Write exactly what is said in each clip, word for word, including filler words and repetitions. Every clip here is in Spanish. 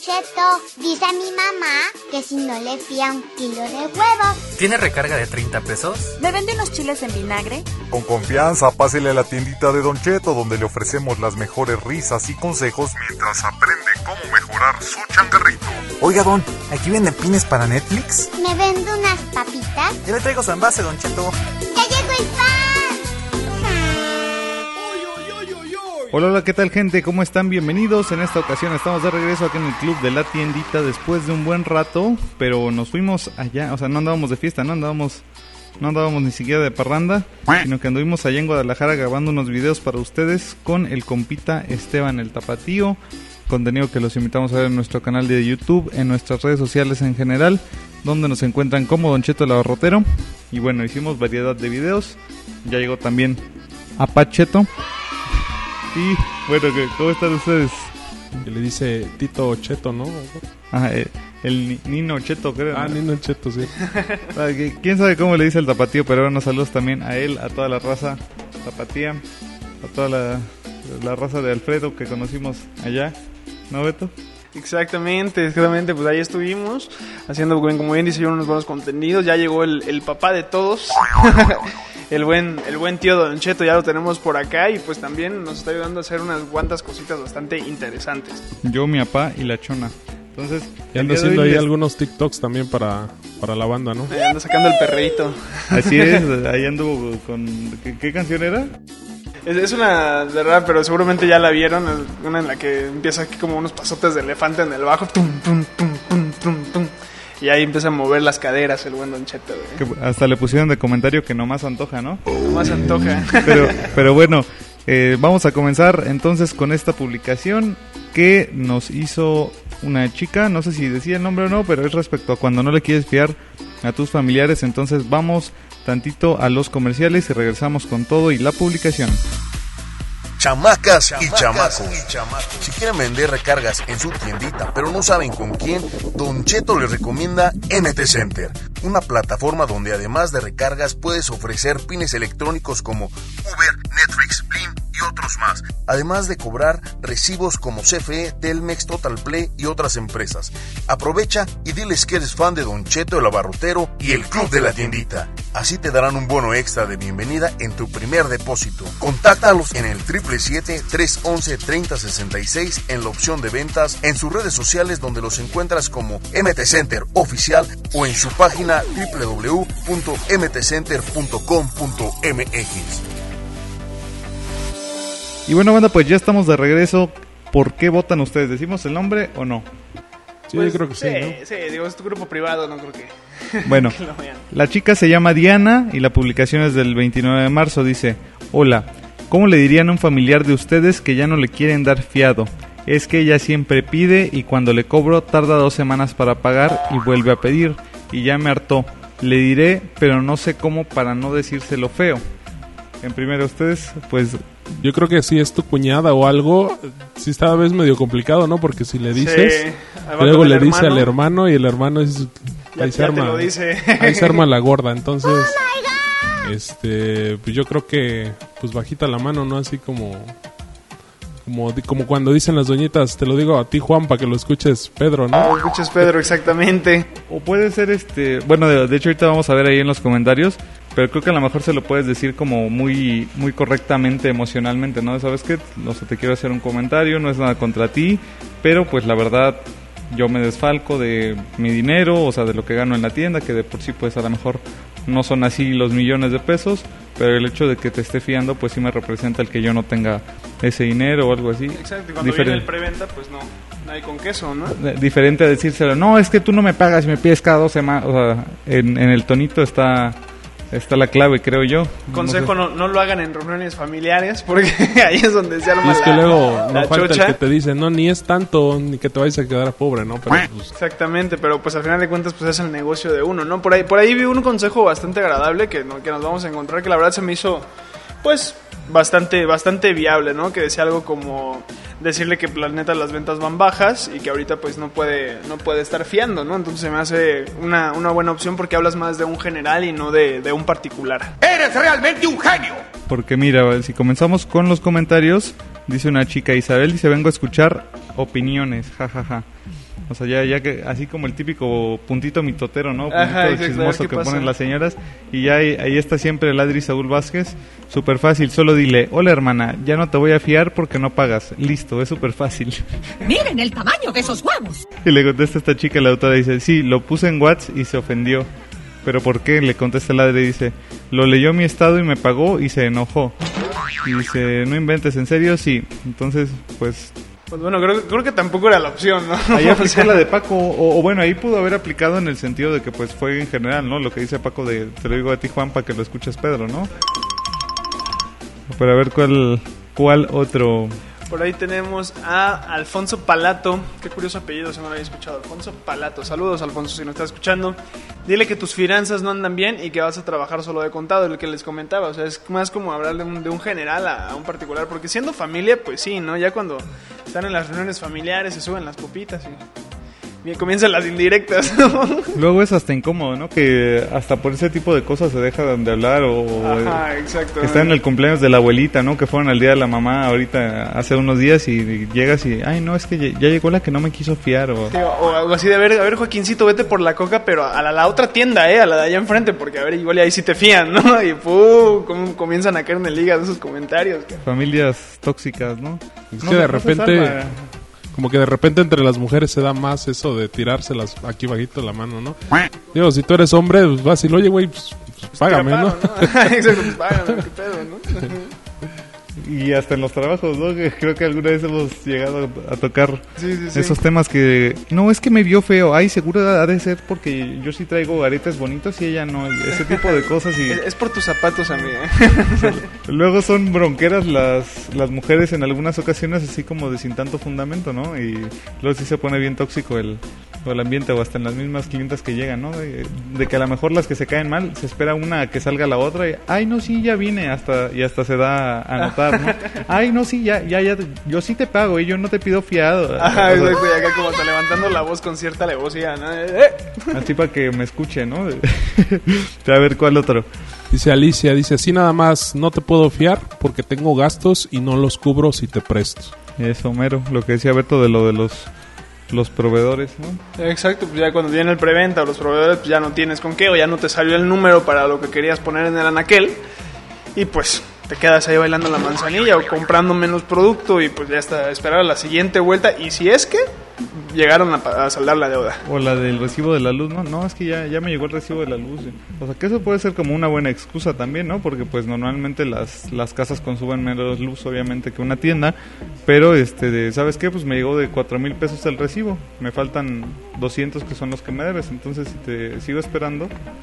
Cheto, dice mi mamá que si no le fía un kilo de huevos. ¿Tiene recarga de treinta pesos? ¿Me vende unos chiles en vinagre? Con confianza, pásele a la tiendita de Don Cheto, donde le ofrecemos las mejores risas y consejos mientras aprende cómo mejorar su changarrito. Oiga, Don, ¿aquí venden pines para Netflix? ¿Me vende unas papitas? Yo le traigo su envase, Don Cheto. ¡Ya llegó el pan! Hola, hola, ¿qué tal, gente? ¿Cómo están? Bienvenidos. En esta ocasión estamos de regreso aquí en el club de la tiendita después de un buen rato, pero nos fuimos allá, o sea, no andábamos de fiesta, no andábamos, no andábamos ni siquiera de parranda, sino que anduvimos allá en Guadalajara grabando unos videos para ustedes con el compita Esteban el Tapatío, contenido que los invitamos a ver en nuestro canal de YouTube, en nuestras redes sociales en general, donde nos encuentran como Don Cheto el Abarrotero. Y bueno, hicimos variedad de videos. Ya llegó también Apacheto. Y bueno, ¿cómo están ustedes? Que le dice Tito Cheto, ¿no? Ajá, el, el Nino Cheto, creo. Ah, ¿no? Nino Cheto, sí. Quién sabe cómo le dice el Tapatío, pero bueno, saludos también a él, a toda la raza tapatía, a toda la, la raza de Alfredo que conocimos allá, ¿no, Beto? Exactamente, exactamente, pues ahí estuvimos haciendo, como bien dice yo, unos buenos contenidos. Ya llegó el, el papá de todos. El buen, el buen tío Don Cheto, ya lo tenemos por acá y pues también nos está ayudando a hacer unas cuantas cositas bastante interesantes. Yo, mi papá y la chona. Entonces, y ando haciendo ahí les... algunos TikToks también para, para la banda, ¿no? Ahí anda sacando el perreíto. Así es, ahí anduvo con... ¿Qué, qué canción era? Es, es una de rap, pero seguramente ya la vieron. Una en la que empieza aquí como unos pasotes de elefante en el bajo. Tum, tum, tum, tum, tum, tum. Y ahí empieza a mover las caderas el buen Don Cheto, güey. Que hasta le pusieron de comentario que nomás antoja, ¿no? Nomás antoja. Pero, pero bueno, eh, vamos a comenzar entonces con esta publicación que nos hizo una chica. No sé si decía el nombre o no, pero es respecto a cuando no le quieres fiar a tus familiares. Entonces vamos tantito a los comerciales y regresamos con todo y la publicación. Chamacas, Chamacas y, chamacos. y chamacos. Si quieren vender recargas en su tiendita, pero no saben con quién, Don Cheto les recomienda M T Center, una plataforma donde además de recargas puedes ofrecer pines electrónicos como Uber, Netflix, Blim y otros más, además de cobrar recibos como C F E, Telmex, Total Play y otras empresas. Aprovecha y diles que eres fan de Don Cheto el Abarrotero y el Club de la Tiendita. Así te darán un bono extra de bienvenida en tu primer depósito. Contáctalos en el siete siete siete, tres once, treinta sesenta y seis en la opción de ventas, en sus redes sociales donde los encuentras como M T Center Oficial o en su página doble u doble u doble u punto m t center punto com punto m x. Y bueno, banda, pues ya estamos de regreso. ¿Por qué votan ustedes? ¿Decimos el nombre o no? Sí, pues, yo creo que sí, sí, ¿no? sí, digo, es tu grupo privado, no creo que... Bueno, que lo vean. La chica se llama Diana y la publicación es del veintinueve de marzo. Dice: hola, ¿cómo le dirían a un familiar de ustedes que ya no le quieren dar fiado? Es que ella siempre pide y cuando le cobro tarda dos semanas para pagar y vuelve a pedir. Y ya me hartó. Le diré, pero no sé cómo para no decírselo feo. En primero ustedes, pues... Yo creo que si es tu cuñada o algo, sí está a veces medio complicado, ¿no? Porque si le dices, sí, luego le dice al hermano y el hermano es... Ya, ahí se ya arma, te lo dice. Ahí se arma la gorda, entonces... Oh este pues yo creo que pues bajita la mano, ¿no? Así como... Como, como cuando dicen las doñitas, te lo digo a ti, Juan, para que lo escuches, Pedro, ¿no? Lo escuches, Pedro, exactamente. O puede ser este... Bueno, de, de hecho ahorita vamos a ver ahí en los comentarios, pero creo que a lo mejor se lo puedes decir como muy muy correctamente, emocionalmente, ¿no? ¿Sabes qué? O sea, te quiero hacer un comentario, no es nada contra ti, pero pues la verdad yo me desfalco de mi dinero, o sea, de lo que gano en la tienda, que de por sí pues a lo mejor no son así los millones de pesos, pero el hecho de que te esté fiando pues sí me representa el que yo no tenga ese dinero o algo así. Exacto, y cuando Diferente. viene el preventa pues no, no hay con queso, ¿no? Diferente a decírselo, no, es que tú no me pagas y me pides cada dos semanas, o sea, en, en el tonito está... Está la clave, creo yo. Consejo, no, no, no lo hagan en reuniones familiares, porque ahí es donde se arma la Y es que la, luego la no falta chocha. el que te dice, no, ni es tanto, ni que te vayas a quedar pobre, ¿no? Pero, pues... Exactamente, pero pues al final de cuentas pues es el negocio de uno, ¿no? Por ahí, por ahí vi un consejo bastante agradable que, ¿no? que nos vamos a encontrar, que la verdad se me hizo, pues, bastante, bastante viable, ¿no? Que decía algo como... decirle que la neta las ventas van bajas y que ahorita pues no puede no puede estar fiando, ¿no? Entonces se me hace una, una buena opción porque hablas más de un general y no de, de un particular. ¡Eres realmente un genio! Porque mira, si comenzamos con los comentarios, dice una chica, Isabel, dice, vengo a escuchar opiniones, jajaja. Ja, ja. O sea, ya, ya que, así como el típico puntito mitotero, ¿no? Puntito Ajá, exacto, chismoso ¿qué que pasa? ponen las señoras. Y ya ahí, ahí está siempre el Adri Saúl Vázquez. Súper fácil, solo dile, hola hermana, ya no te voy a fiar porque no pagas. Listo, es súper fácil. Miren el tamaño de esos huevos. Y le contesta esta chica, la autora, dice, sí, lo puse en WhatsApp y se ofendió. ¿Pero por qué? Le contesta el Adri, dice, lo leyó mi estado y me pagó y se enojó. Y dice, no inventes, ¿en serio? Sí. Entonces, pues... Pues bueno, creo, creo que tampoco era la opción, ¿no? Ahí O aplicó sea, la de Paco, o, o bueno, ahí pudo haber aplicado en el sentido de que pues fue en general, ¿no? Lo que dice Paco de, te lo digo a ti Juan para que lo escuches Pedro, ¿no? Pero a ver cuál, cuál otro... Por ahí tenemos a Alfonso Palato. Qué curioso apellido, si no lo había escuchado. Alfonso Palato. Saludos, Alfonso, si nos estás escuchando. Dile que tus finanzas no andan bien y que vas a trabajar solo de contado, el que les comentaba. O sea, es más como hablar de un, de un general a, a un particular. Porque siendo familia, pues sí, ¿no? Ya cuando están en las reuniones familiares se suben las copitas y... Bien, comienzan las indirectas, ¿no? Luego es hasta incómodo, ¿no? Que hasta por ese tipo de cosas se dejan de hablar o... Ajá, exacto. Que están en el cumpleaños de la abuelita, ¿no? Que fueron al día de la mamá ahorita hace unos días y, y llegas y... Ay, no, es que ya, ya llegó la que no me quiso fiar o... Sí, o, o algo así de, a ver, a ver, Joaquincito, vete por la coca, pero a la, la otra tienda, ¿eh? A la de allá enfrente, porque a ver, igual ahí sí te fían, ¿no? Y ¡pum! Como comienzan a caer en el hígado esos comentarios. Familias tóxicas, ¿no? Es No, que de no se repente... salva. Como que de repente entre las mujeres se da más eso de tirárselas aquí bajito la mano, ¿no? Digo, si tú eres hombre, pues fácil, oye, güey, pues, pues págame, ¿no? Paro, ¿no? Exacto, pues págame, qué pedo, ¿no? Y hasta en los trabajos, ¿no? Que creo que alguna vez hemos llegado a tocar Sí, sí, sí. esos temas que... No, es que me vio feo. Ay, seguro ha de ser porque yo sí traigo aretes bonitos y ella no. Y ese tipo de cosas y... Es, es por tus zapatos, amiga. Luego son bronqueras las, las mujeres en algunas ocasiones así como de sin tanto fundamento, ¿no? Y luego sí se pone bien tóxico el, el ambiente o hasta en las mismas clientas que llegan, ¿no? De, de que a lo mejor las que se caen mal, se espera una a que salga la otra y... Ay, no, sí, ya vine. hasta Y hasta se da a notar, ¿no? Ay, no, sí, ya, ya, ya, yo sí te pago y yo no te pido fiado. Ajá, O sea, exacto, y acá como está levantando la voz con cierta alevosía, ¿no? ¡Eh! así para que me escuche, ¿no? A ver, ¿cuál otro? Dice Alicia, dice, así nada más no te puedo fiar porque tengo gastos y no los cubro si te presto. Eso, mero, lo que decía Beto de lo de los los proveedores, ¿no? Exacto, pues ya cuando viene el preventa o los proveedores, pues ya no tienes con qué, o ya no te salió el número para lo que querías poner en el anaquel, y pues te quedas ahí bailando la manzanilla o comprando menos producto y pues ya está, esperar a la siguiente vuelta, y si es que llegaron a, a saldar la deuda. O la del recibo de la luz, ¿no? No, es que ya, ya me llegó el recibo de la luz. O sea, que eso puede ser como una buena excusa también, ¿no? Porque pues normalmente las, las casas consumen menos luz, obviamente, que una tienda. Pero, este, de, ¿sabes qué? Pues me llegó de cuatro mil pesos el recibo. Me faltan doscientos que son los que me debes. Entonces, si te sigo esperando,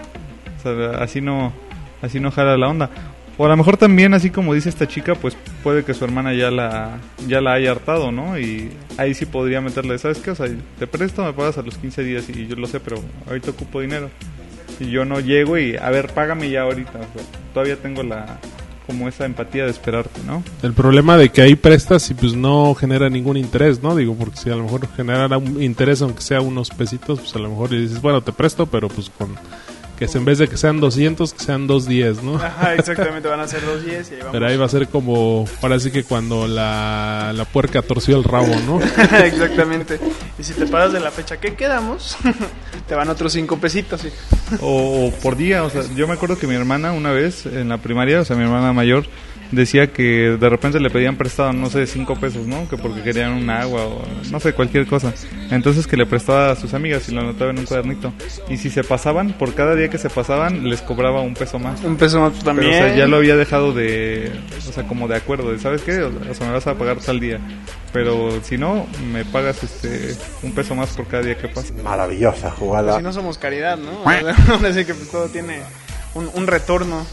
o sea, así no, así no jala la onda. O a lo mejor también, así como dice esta chica, pues puede que su hermana ya la ya la haya hartado, ¿no? Y ahí sí podría meterle, ¿sabes qué? O sea, te presto, me pagas a los quince días y yo lo sé, pero ahorita ocupo dinero. Y yo no llego y, a ver, págame ya ahorita. O sea, todavía tengo la como esa empatía de esperarte, ¿no? El problema de que ahí prestas y pues no genera ningún interés, ¿no? Digo, porque si a lo mejor generara un interés, aunque sea unos pesitos, pues a lo mejor le dices, bueno, te presto, pero pues con... que es en vez de que sean doscientos, que sean doscientos diez, ¿no? Ajá, exactamente, van a ser doscientos diez y ahí vamos. Pero ahí va a ser como, ahora sí que cuando la, la puerca torció el rabo, ¿no? Exactamente. Y si te pagas de la fecha que quedamos, te van otros cinco pesitos. ¿Sí? O, o por día, o sea, yo me acuerdo que mi hermana una vez en la primaria, o sea, mi hermana mayor, decía que de repente le pedían prestado, no sé, cinco pesos, ¿no? Que porque querían un agua o no sé, cualquier cosa. Entonces que le prestaba a sus amigas y lo anotaba en un cuadernito. Y si se pasaban, por cada día que se pasaban, les cobraba un peso más. Un peso más también. Pero, o sea, ya lo había dejado de, o sea, como de acuerdo, de, ¿sabes qué? O sea, me vas a pagar tal día. Pero si no, me pagas este un peso más por cada día que pasa. Maravillosa jugada. Pues si no somos caridad, ¿no? Vamos a decir que pues, todo tiene un, un retorno.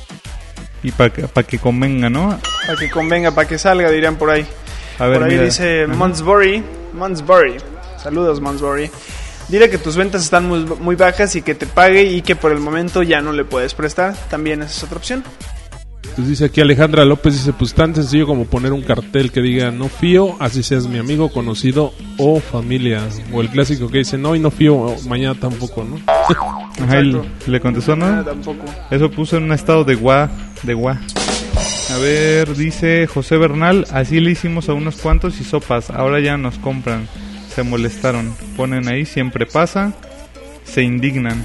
Y para que, pa que convenga, ¿no? Para que convenga, para que salga, dirían por ahí. A ver, por ahí mira. dice Monsbury, Monsbury. Saludos, Monsbury. Dile que tus ventas están muy, muy bajas y que te pague y que por el momento ya no le puedes prestar. También esa es otra opción. Pues dice aquí Alejandra López, dice, pues tan sencillo como poner un cartel que diga no fío, así seas mi amigo, conocido o familia. O el clásico que dice no y no fío, mañana tampoco, ¿no? Ajá, él le contestó, ¿no? Ah, tampoco. Eso puso en un estado de gua, de gua. A ver, dice José Bernal, así le hicimos a unos cuantos y sopas, ahora ya nos compran. se molestaron. Ponen ahí, siempre pasa, se indignan.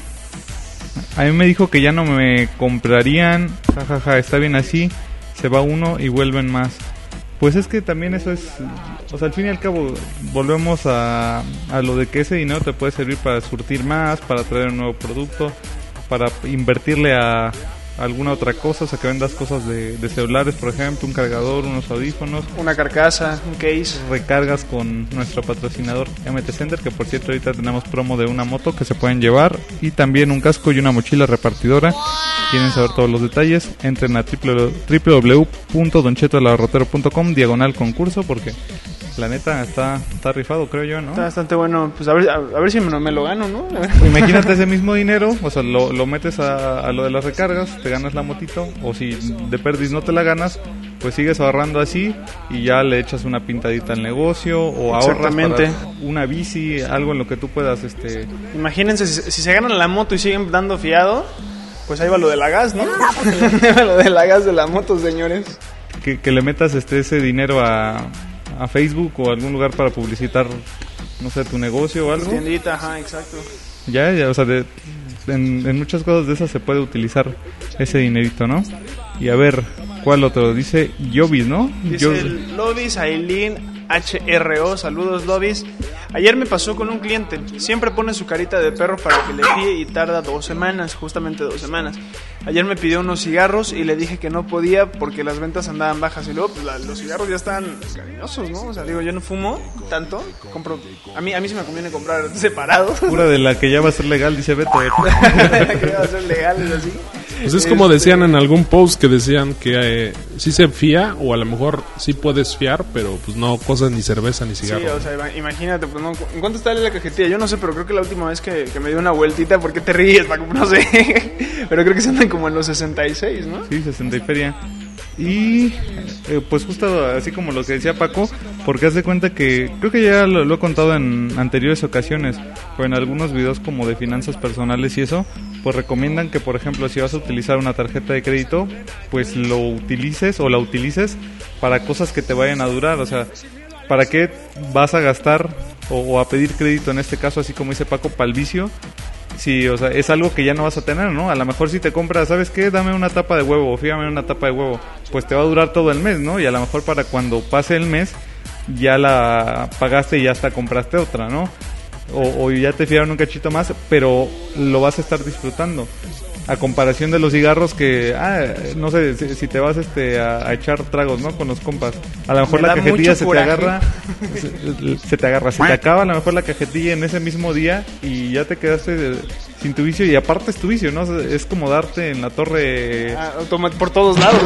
A mí me dijo que ya no me comprarían, jajaja, ja, ja, está bien así, se va uno y vuelven más. Pues es que también eso es, o sea, al fin y al cabo volvemos a, a lo de que ese dinero te puede servir para surtir más, para traer un nuevo producto, para invertirle a alguna otra cosa, o sea, que vendas cosas de, de celulares, por ejemplo, un cargador, unos audífonos, una carcasa, un case. Recargas con nuestro patrocinador M T Center, que por cierto ahorita tenemos promo de una moto que se pueden llevar, y también un casco y una mochila repartidora. Quieren saber todos los detalles, entren a w w w punto don cheto el abarrotero punto com diagonal concurso, porque la neta está, está rifado, creo yo, ¿no? Está bastante bueno, pues a ver, a, a ver si me, me lo gano, ¿no? Imagínate ese mismo dinero, o sea, lo, lo metes a, a lo de las recargas, te ganas la motito, o si de perdis no te la ganas, pues sigues ahorrando así y ya le echas una pintadita al negocio, o ahorras para una bici, algo en lo que tú puedas, este... Imagínense, si, si se ganan la moto y siguen dando fiado, pues ahí va lo de la gas, ¿no? Lo de la gas de la moto, señores. Que, que le metas este ese dinero a... a Facebook o algún lugar para publicitar, no sé, tu negocio o algo. Tiendita, ajá, exacto. Ya, ya, o sea, de, en, en muchas cosas de esas se puede utilizar ese dinerito, ¿no? Y a ver, ¿cuál otro? Dice Llovis, ¿no? Dice Yo... Lobis Aileen H R O, saludos Lobis. Ayer me pasó con un cliente, siempre pone su carita de perro para que le fíe y tarda dos semanas, justamente dos semanas. Ayer me pidió unos cigarros y le dije que no podía porque las ventas andaban bajas y luego pues, la, los cigarros ya están cariñosos, ¿no? O sea, digo, yo no fumo tanto, compro, a mí a mí sí me conviene comprar separado. Pura de la que ya va a ser legal, dice Beto. De la que ya va a ser legal, es así. Pues es como decían en algún post que decían que eh, sí se fía o a lo mejor sí puedes fiar, pero pues no cosas ni cerveza ni cigarro. Sí, o sea, imagínate, pues no, ¿en cuánto está la cajetilla? Yo no sé, pero creo que la última vez que, que me dio una vueltita, ¿por qué te ríes, Paco? No sé, pero creo que se andan como en los sesenta y seis, ¿no? Sí, sesenta y feria. Y eh, pues justo así como lo que decía Paco, porque haz de cuenta que creo que ya lo, lo he contado en anteriores ocasiones, o en algunos videos como de finanzas personales y eso, pues recomiendan que, por ejemplo, si vas a utilizar una tarjeta de crédito, pues lo utilices o la utilices para cosas que te vayan a durar. O sea, ¿para qué vas a gastar o, o a pedir crédito en este caso, así como dice Paco, para el vicio? Sí, o sea, es algo que ya no vas a tener, ¿no? A lo mejor si te compras, ¿sabes qué? Dame una tapa de huevo, o fíjame una tapa de huevo, pues te va a durar todo el mes, ¿no? Y a lo mejor para cuando pase el mes, ya la pagaste y ya hasta compraste otra, ¿no? O, o ya te fiaron un cachito más, pero lo vas a estar disfrutando. A comparación de los cigarros que, ah, no sé, si, si te vas este a, a echar tragos, ¿no? Con los compas. A lo mejor Me la cajetilla se coraje. te agarra, se, se te agarra, se te acaba a lo mejor la cajetilla en ese mismo día y ya te quedaste de, sin tu vicio, y aparte es tu vicio, ¿no? Es como darte en la torre... Ah, automa- por todos lados.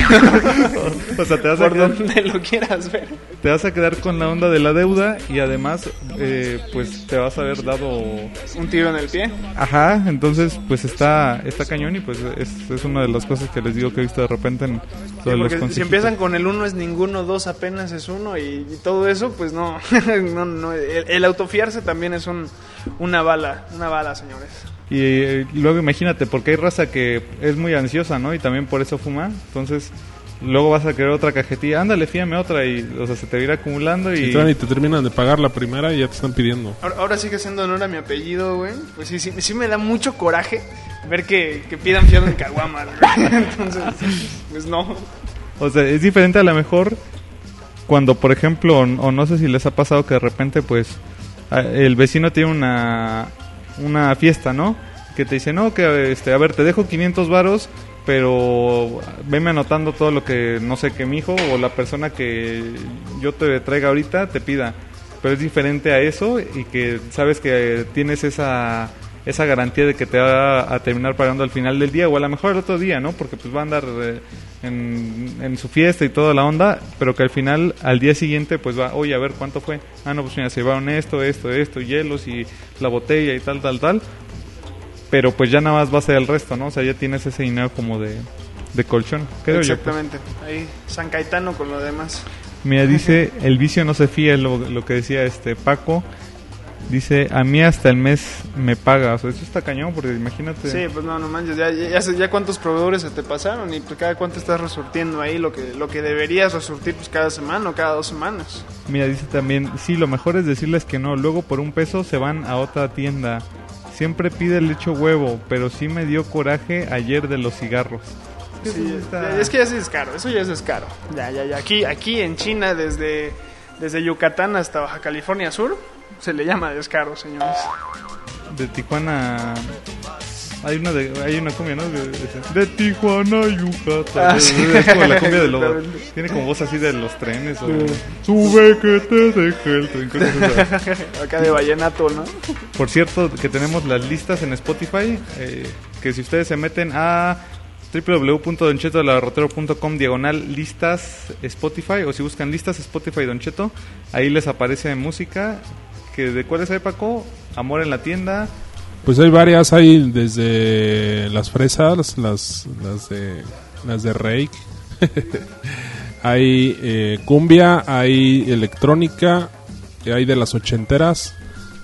O sea, te vas por a quedar, donde lo quieras ver. te vas a quedar con la onda de la deuda y además, eh, pues te vas a haber dado... Un tiro en el pie. Ajá, entonces pues está está cañón y pues es, es una de las cosas que les digo que he visto de repente en Sí, todos los porque si consejitos. empiezan con el uno es ninguno, dos apenas es uno y, y todo eso, pues no, no, no el, el autofiarse también es un, una bala, una bala, señores. Y eh, luego imagínate, porque hay raza que es muy ansiosa, ¿no? Y también por eso fuma, entonces luego vas a querer otra cajetilla, ándale, fíame otra, y o sea, se te va a ir acumulando y... Y te, y te terminan de pagar la primera y ya te están pidiendo. Ahora, ahora sigue siendo honor a mi apellido, güey. Pues sí, sí, sí me da mucho coraje ver que, que pidan fiado en caguamas, güey. Entonces, pues no. O sea, es diferente a lo mejor cuando, por ejemplo, o, o no sé si les ha pasado que de repente, pues, a, el vecino tiene una, una fiesta, ¿no? Que te dice, no, que, este, a ver, te dejo quinientos varos, pero venme anotando todo lo que, no sé, que mi hijo o la persona que yo te traiga ahorita te pida. Pero es diferente a eso y que sabes que tienes esa... esa garantía de que te va a terminar pagando al final del día o a lo mejor el otro día, ¿no? Porque pues va a andar eh, en, en su fiesta y toda la onda, pero que al final, al día siguiente, pues va, oye, a ver cuánto fue. Ah, no, pues mira, se llevaron esto, esto, esto, hielos y la botella y tal, tal, tal. Pero pues ya nada más va a ser el resto, ¿no? O sea, ya tienes ese dinero como de, de colchón, creo yo. Exactamente. Pues. Ahí San Caetano con lo demás. Mira, dice, el vicio no se fía, lo, lo que decía este Paco. Dice, a mí hasta el mes me paga. O sea, eso está cañón, porque imagínate. Sí, pues no, no manches, ya, ya, ya, ya cuántos proveedores se te pasaron y pues cada cuánto estás resurtiendo ahí lo que, lo que deberías resurtir pues cada semana o cada dos semanas. Mira, dice también, sí, lo mejor es decirles que no. Luego por un peso se van a otra tienda. Siempre pide el hecho huevo, pero sí me dio coraje ayer de los cigarros. Sí, está... Es que ya es descaro, eso ya es descaro. Ya, ya, ya. Aquí, aquí en China, desde, desde Yucatán hasta Baja California Sur, se le llama descaro, señores. De Tijuana hay una de, hay una cumbia, ¿no? De, de, de Tijuana a Yucatán. Ah, sí. Es como la cumbia de los, tiene como voz así de los trenes o sube que te deje el tren. Acá de vallenato, ¿no? Por cierto, que tenemos las listas en Spotify, eh, que si ustedes se meten a doble u doble u doble u punto don cheto del abarrotero punto com diagonal listas Spotify, o si buscan listas Spotify Don Cheto, ahí les aparece música. Que ¿de cuáles hay, Paco? Amor en la tienda. Pues hay varias, hay desde las fresas, las las de las de Reik. Hay eh, cumbia, hay electrónica, hay de las ochenteras,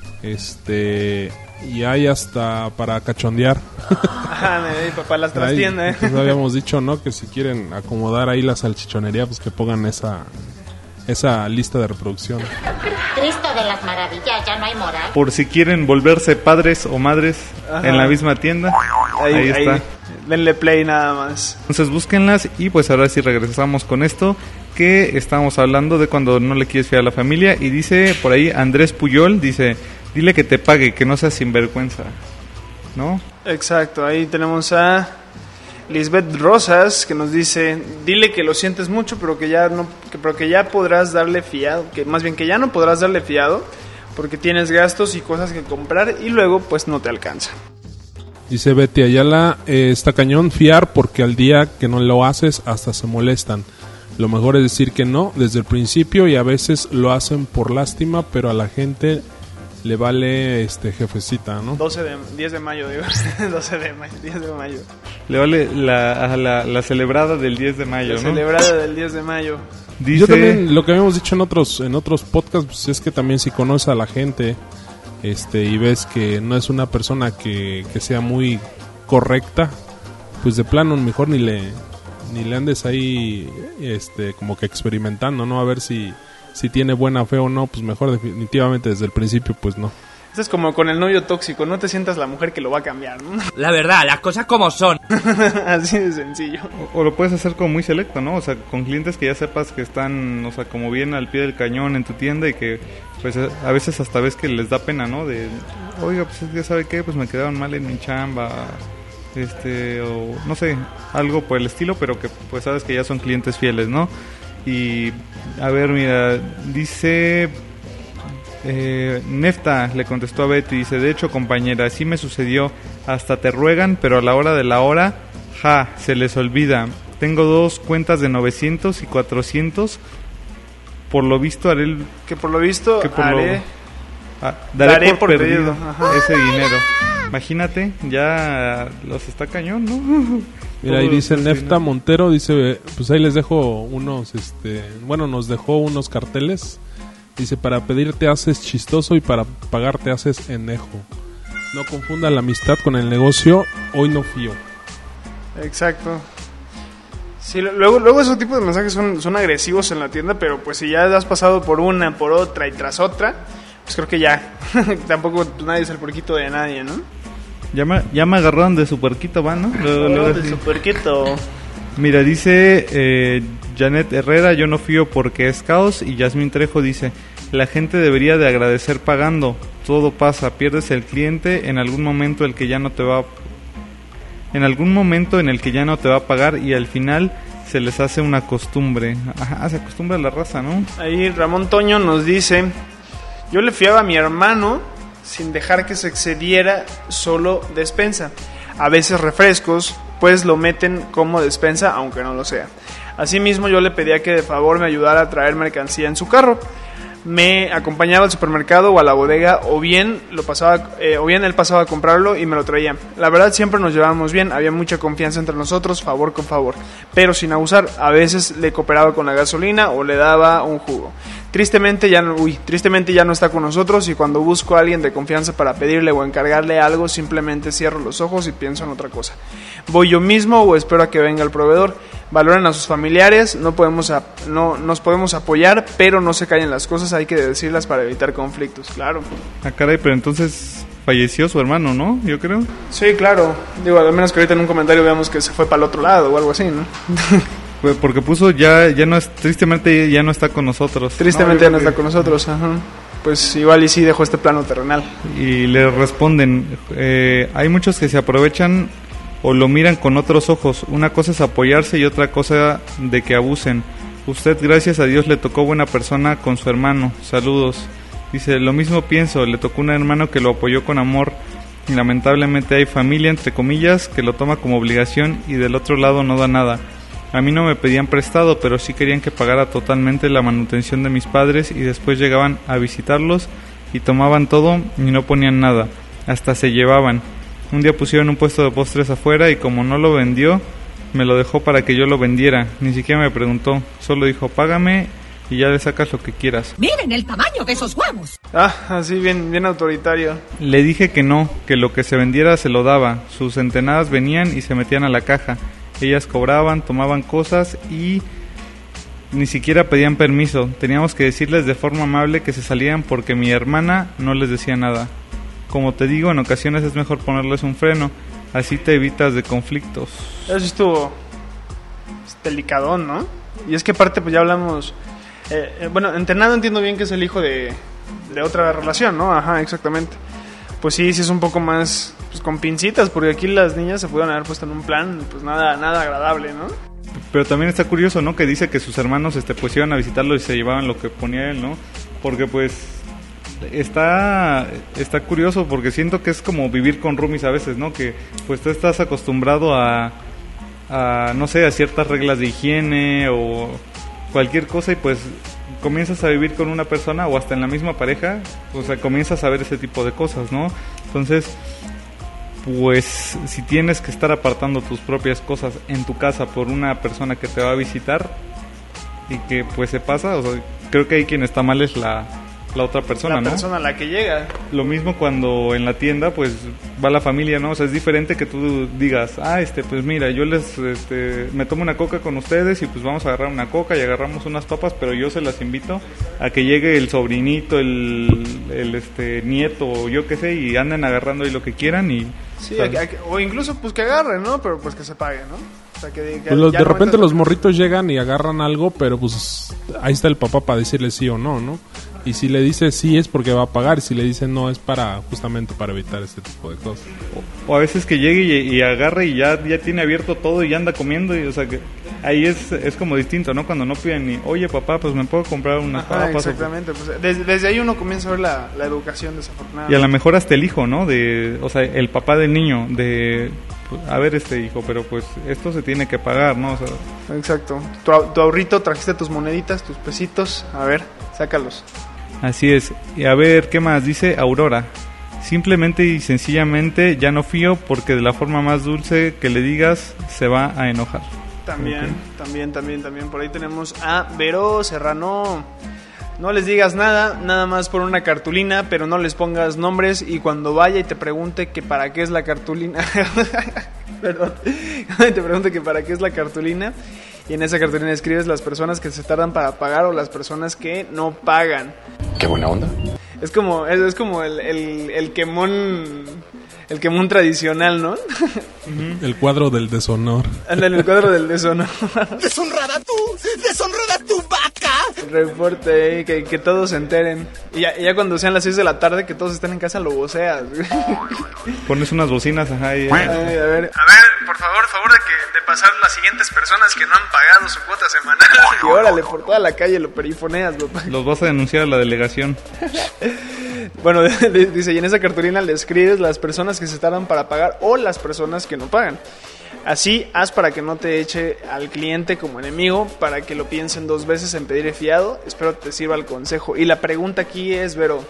este, y hay hasta para cachondear. Ajá, para las trastiendas. Pues habíamos dicho, ¿no? Que si quieren acomodar ahí la salchichonería, pues que pongan esa esa lista de reproducción. Cristo de las maravillas, ya no hay moral. Por si quieren volverse padres o madres. Ajá. En la misma tienda. Ahí, ahí está. Ahí, denle play nada más. Entonces búsquenlas y pues ahora sí regresamos con esto que estábamos hablando de cuando no le quieres fiar a la familia. Y dice por ahí Andrés Puyol, dice, dile que te pague, que no seas sinvergüenza, ¿no? Exacto, ahí tenemos a Lisbeth Rosas, que nos dice, dile que lo sientes mucho, pero que ya no, que, pero que ya podrás darle fiado, que más bien que ya no podrás darle fiado, porque tienes gastos y cosas que comprar y luego pues no te alcanza. Dice Betty Ayala, eh, está cañón fiar porque al día que no lo haces hasta se molestan. Lo mejor es decir que no desde el principio y a veces lo hacen por lástima, pero a la gente le vale este jefecita, ¿no? doce de, diez de mayo, digo. doce de mayo, diez de mayo. Le vale la, la, la celebrada del diez de mayo, la ¿no? celebrada del diez de mayo. Dice... Yo también, lo que habíamos dicho en otros en otros podcasts, pues es que también si conoces a la gente este y ves que no es una persona que, que sea muy correcta, pues de plano mejor ni le ni le andes ahí este como que experimentando, ¿no? A ver si si tiene buena fe o no, pues mejor definitivamente desde el principio, pues no. Esto es como con el novio tóxico, no te sientas la mujer que lo va a cambiar, ¿no? La verdad, las cosas como son. Así de sencillo. O, o lo puedes hacer como muy selecto, ¿no? O sea, con clientes que ya sepas que están, o sea, como bien al pie del cañón en tu tienda y que, pues, a veces hasta ves que les da pena, ¿no? De, oiga, pues, ya sabe qué, pues me quedaron mal en mi chamba, este, o no sé, algo por el estilo, pero que, pues, sabes que ya son clientes fieles, ¿no? Y, a ver, mira, dice... Eh, Nefta le contestó a Betty, dice, de hecho compañera, así me sucedió, hasta te ruegan, pero a la hora de la hora, ja, se les olvida. Tengo dos cuentas de novecientos y cuatrocientos, por lo visto haré el... Que por lo visto que por haré... Lo, ah, daré, daré por, por perdido, perdido. ese dinero. Imagínate, ya los está cañón, ¿no? Mira, ahí dice Nefta Montero, dice, pues ahí les dejo unos, este, bueno, nos dejó unos carteles. Dice, para pedir te haces chistoso y para pagar te haces enejo. No confunda la amistad con el negocio, hoy no fío. Exacto. Sí, luego, luego esos tipos de mensajes son, son agresivos en la tienda, pero pues si ya has pasado por una, por otra y tras otra, pues creo que ya. Tampoco pues, nadie es el puerquito de nadie, ¿no? Ya me, ya me agarraron de su puerquito, ¿va, no? Luego, luego de su puerquito. Mira, dice eh, Janet Herrera, yo no fío porque es caos. Y Yasmín Trejo dice, la gente debería de agradecer pagando. Todo pasa, pierdes el cliente en algún momento el que ya no te va en algún momento en el que ya no te va a pagar y al final se les hace una costumbre. Ajá, se acostumbra a la raza, ¿no? Ahí Ramón Toño nos dice, yo le fiaba a mi hermano sin dejar que se excediera solo despensa. A veces refrescos, pues lo meten como despensa, aunque no lo sea. Asimismo, yo le pedía que de favor me ayudara a traer mercancía en su carro. Me acompañaba al supermercado o a la bodega, o bien lo pasaba, eh, o bien él pasaba a comprarlo y me lo traía. La verdad, siempre nos llevábamos bien, había mucha confianza entre nosotros, favor con favor, pero sin abusar. A veces le cooperaba con la gasolina o le daba un jugo. Tristemente ya no, uy, tristemente ya no está con nosotros y cuando busco a alguien de confianza para pedirle o encargarle algo, simplemente cierro los ojos y pienso en otra cosa. Voy yo mismo o espero a que venga el proveedor. Valoren a sus familiares, no podemos a, no nos podemos apoyar, pero no se callen las cosas, hay que decirlas para evitar conflictos, claro. Ah, caray, pero entonces falleció su hermano, ¿no? Yo creo. Sí, claro. Digo, al menos que ahorita en un comentario veamos que se fue para el otro lado o algo así, ¿no? Pues porque puso ya ya no es, tristemente ya no está con nosotros. Tristemente no, ya no está con nosotros, ajá. Pues igual y sí dejó este plano terrenal. Y le responden, eh, hay muchos que se aprovechan o lo miran con otros ojos. Una cosa es apoyarse y otra cosa de que abusen. Usted, gracias a Dios, le tocó buena persona con su hermano. Saludos. Dice, lo mismo pienso, le tocó un hermano que lo apoyó con amor. Y lamentablemente hay familia, entre comillas, que lo toma como obligación y del otro lado no da nada. A mí no me pedían prestado, pero sí querían que pagara totalmente la manutención de mis padres y después llegaban a visitarlos y tomaban todo y no ponían nada, hasta se llevaban. Un día pusieron un puesto de postres afuera y como no lo vendió, me lo dejó para que yo lo vendiera. Ni siquiera me preguntó, solo dijo, págame y ya le sacas lo que quieras. Miren el tamaño de esos huevos. Ah, así bien, bien autoritario. Le dije que no, que lo que se vendiera se lo daba. Sus centenadas venían y se metían a la caja. Ellas cobraban, tomaban cosas y ni siquiera pedían permiso. Teníamos que decirles de forma amable que se salían porque mi hermana no les decía nada. Como te digo, en ocasiones es mejor ponerles un freno, así te evitas de conflictos. Eso estuvo delicadón, ¿no? Y es que aparte pues ya hablamos, eh, eh, bueno, Entrenado entiendo bien que es el hijo de, de otra relación, ¿no? Ajá, exactamente. Pues sí, sí es un poco más pues, con pincitas, porque aquí las niñas se pudieron haber puesto en un plan pues nada nada agradable, ¿no? Pero también está curioso, ¿no? Que dice que sus hermanos este pues iban a visitarlo y se llevaban lo que ponía él, ¿no? Porque pues está está curioso porque siento que es como vivir con roomies a veces, ¿no? Que pues tú estás acostumbrado a, a no sé, a ciertas reglas de higiene o cualquier cosa y pues comienzas a vivir con una persona o hasta en la misma pareja, o sea, comienzas a ver ese tipo de cosas, ¿no? Entonces, pues si tienes que estar apartando tus propias cosas en tu casa por una persona que te va a visitar y que pues se pasa, o sea, creo que ahí quien está mal es la, la otra persona, la ¿no? La persona a la que llega. Lo mismo cuando en la tienda pues va la familia, ¿no? O sea, es diferente que tú digas, ah, este, pues mira, yo les, este, me tomo una coca con ustedes y pues vamos a agarrar una coca y agarramos unas papas, pero yo se las invito a que llegue el sobrinito, el, el este, nieto o yo qué sé y anden agarrando ahí lo que quieran y... Sí, o, sea, o, o incluso pues que agarren, ¿no? Pero pues que se pague, ¿no? O sea, que, que pues los, de repente los morritos llegan y agarran algo, pero pues ahí está el papá para decirle sí o no, ¿no? Y si le dice sí es porque va a pagar, y si le dice no es para justamente para evitar este tipo de cosas. O, o a veces que llegue y, y agarre y ya, ya tiene abierto todo y ya anda comiendo, y o sea que ahí es, es como distinto, ¿no? Cuando no piden ni, oye papá, pues me puedo comprar unas Ajá, papas. exactamente, pues desde, desde ahí uno comienza a ver la, la educación desafortunada. Y a lo mejor hasta el hijo, ¿no? De, o sea, el papá del niño, de, a ver este hijo, pero pues esto se tiene que pagar, ¿no? O sea, exacto, tu, tu ahorrito, trajiste tus moneditas, tus pesitos, a ver, sácalos. Así es. Y a ver, ¿qué más? Dice Aurora. Simplemente y sencillamente ya no fío porque de la forma más dulce que le digas se va a enojar. También, okay. también, también, también. Por ahí tenemos a Vero Serrano. No les digas nada, nada más por una cartulina, pero no les pongas nombres y cuando vaya y te pregunte que para qué es la cartulina, perdón, te pregunte que para qué es la cartulina y en esa cartulina escribes las personas que se tardan para pagar o las personas que no pagan. Qué buena onda. Es como, es, es como el, el, el quemón, el quemón tradicional, ¿no? El cuadro del deshonor. Ándale, el cuadro del deshonor. ¡Deshonrada tú! ¡Deshonrada tu vaca! Reporte, eh, que, que todos se enteren. Y ya, y ya cuando sean las seis de la tarde, que todos estén en casa, lo voceas. Pones unas bocinas, ajá. Y, Ay, a ver, a ver, por favor, favor de que de pasar las siguientes personas que no han pagado su cuota semanal. Y órale, por toda la calle lo perifoneas, papá. Los vas a denunciar a la delegación. Bueno, dice, y en esa cartulina le escribes las personas que se tardan para pagar o las personas que no pagan. Así haz para que no te eche al cliente como enemigo, para que lo piensen dos veces en pedir fiado. Espero te sirva el consejo. Y la pregunta aquí es, Vero,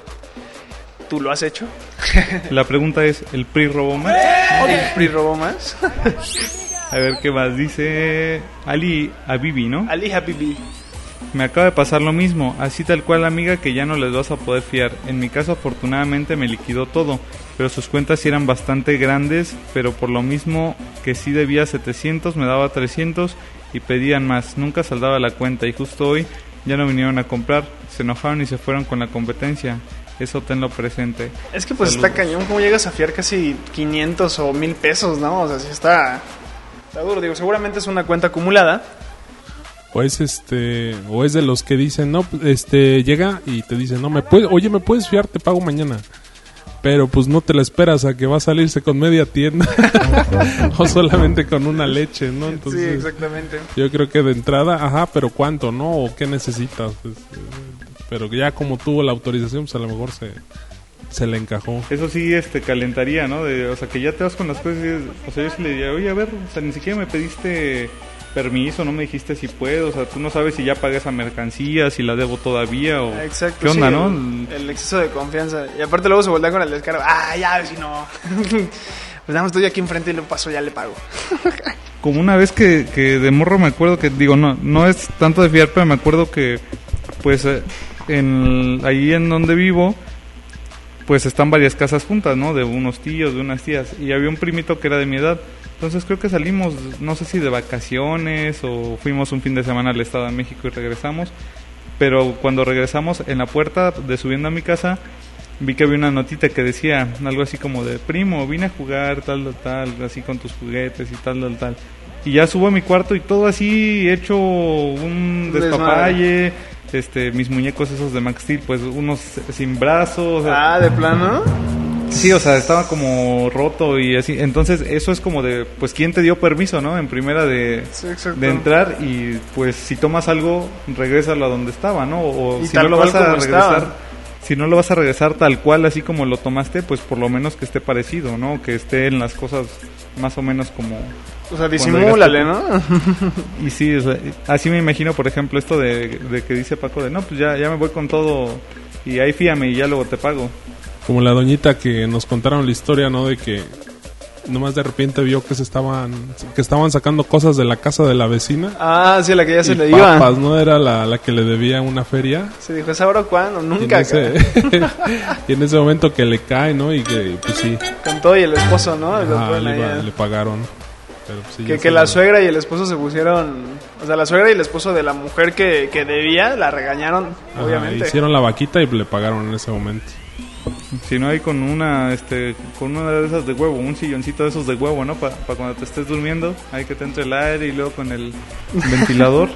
¿tú lo has hecho? La pregunta es, ¿el P R I robó más? ¿El P R I robó más? A ver qué más dice Ali Habibi, ¿no? Ali Habibi. Me acaba de pasar lo mismo, así tal cual, amiga, que ya no les vas a poder fiar. En mi caso, afortunadamente, me liquidó todo, pero sus cuentas sí eran bastante grandes, pero por lo mismo que sí debía setecientos, me daba trescientos y pedían más. Nunca saldaba la cuenta y justo hoy ya no vinieron a comprar, se enojaron y se fueron con la competencia. Eso tenlo presente. Es que pues Saludos. Está cañón, ¿cómo llegas a fiar casi quinientos o mil pesos, no? O sea, sí está, está duro. Digo, seguramente es una cuenta acumulada. O es este, o es de los que dicen, no, este, llega y te dice, no, me puedes, oye, me puedes fiar, te pago mañana. Pero pues no te la esperas a que va a salirse con media tienda o solamente con una leche, ¿no? Entonces, sí, exactamente. Yo creo que de entrada, ajá, pero ¿cuánto, no? ¿O qué necesitas? Pues, pero ya como tuvo la autorización, pues a lo mejor se, se le encajó. Eso sí, este, calentaría, ¿no? De, o sea, que ya te vas con las cosas y dices, o sea, yo sí le diría, oye, a ver, o sea, ni siquiera me pediste permiso, no me dijiste si puedo, o sea, tú no sabes si ya pagué esa mercancía, si la debo todavía o exacto, qué onda, sí, ¿no? El, el exceso de confianza. Y aparte luego se voltea con el descaro, ah, ya, si no. Pues nada más estoy aquí enfrente y lo paso, ya le pago. Como una vez que, que de morro me acuerdo que, digo, no no es tanto de fiar, pero me acuerdo que, pues, en ahí en donde vivo, pues están varias casas juntas, ¿no? De unos tíos, de unas tías, y había un primito que era de mi edad. Entonces creo que salimos, no sé si de vacaciones o fuimos un fin de semana al Estado de México y regresamos. Pero cuando regresamos, en la puerta de subiendo a mi casa, vi que había una notita que decía algo así como de, primo, vine a jugar tal, tal, tal, así con tus juguetes y tal, tal, tal. Y ya subo a mi cuarto y todo así hecho un despapalle, este, mis muñecos esos de Max Steel, pues unos sin brazos. Ah, ¿de plano? Sí, o sea, estaba como roto y así. Entonces, eso es como de, pues, ¿quién te dio permiso, no? En primera de, sí, exacto. de entrar y, pues, si tomas algo, regrésalo a donde estaba, ¿no? O y si no lo vas a regresar, estaba. si no lo vas a regresar tal cual, así como lo tomaste, pues, por lo menos que esté parecido, ¿no? Que esté en las cosas más o menos como... O sea, disimúlale, ¿no? Y sí, o sea, así me imagino, por ejemplo, esto de, de que dice Paco de, no, pues ya, ya me voy con todo y ahí fíame y ya luego te pago. Como la doñita que nos contaron la historia, ¿no? De que nomás de repente vio que se estaban que estaban sacando cosas de la casa de la vecina. Ah, sí, la que ya se y le papas, iba. ¿no? Era la, la que le debía una feria. Se dijo, ¿es ahora cuándo? Nunca. Y en, ese, y en ese momento que le cae, ¿no? Y que, pues sí. Con todo y el esposo, ¿no? Ah, le, iba, le pagaron. Pero, pues, sí, que que la suegra y el esposo se pusieron... O sea, la suegra y el esposo de la mujer que, que debía la regañaron, ajá, obviamente. Hicieron la vaquita y le pagaron en ese momento. Si no hay con una este con una de esas de huevo, un silloncito de esos de huevo, ¿no? Para pa cuando te estés durmiendo, hay que te entre el aire y luego con el ventilador.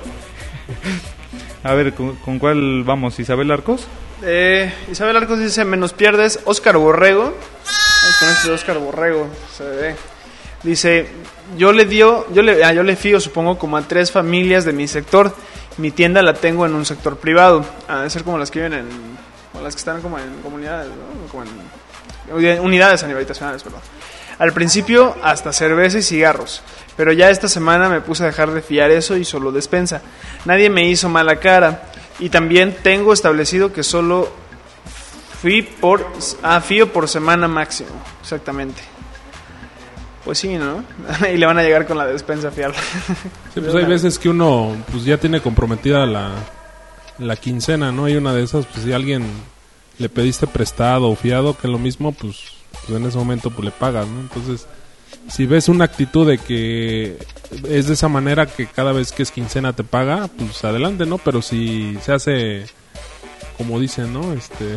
A ver, ¿con, ¿con cuál vamos? ¿Isabel Arcos? Eh, Isabel Arcos dice, menos pierdes. Oscar Borrego. Vamos con este de Oscar Borrego. Se ve. Dice, yo le dio, yo le, ah, yo le fío, supongo, como a tres familias de mi sector. Mi tienda la tengo en un sector privado. A debe ser como las que viven en... o las que están como en comunidades, ¿no? Como en unidades habitacionales, perdón. Al principio hasta cerveza y cigarros, pero ya esta semana me puse a dejar de fiar eso y solo despensa. Nadie me hizo mala cara y también tengo establecido que solo fui por ah, fío por semana máximo, exactamente. Pues sí, ¿no? Y le van a llegar con la despensa a fiarla. Sí, pues hay veces que uno pues ya tiene comprometida la la quincena, ¿no? Hay una de esas, pues si a alguien le pediste prestado o fiado, que lo mismo, pues, pues en ese momento pues le pagas, ¿no? Entonces, si ves una actitud de que es de esa manera que cada vez que es quincena te paga, pues adelante, ¿no? Pero si se hace, como dicen, ¿no? Este...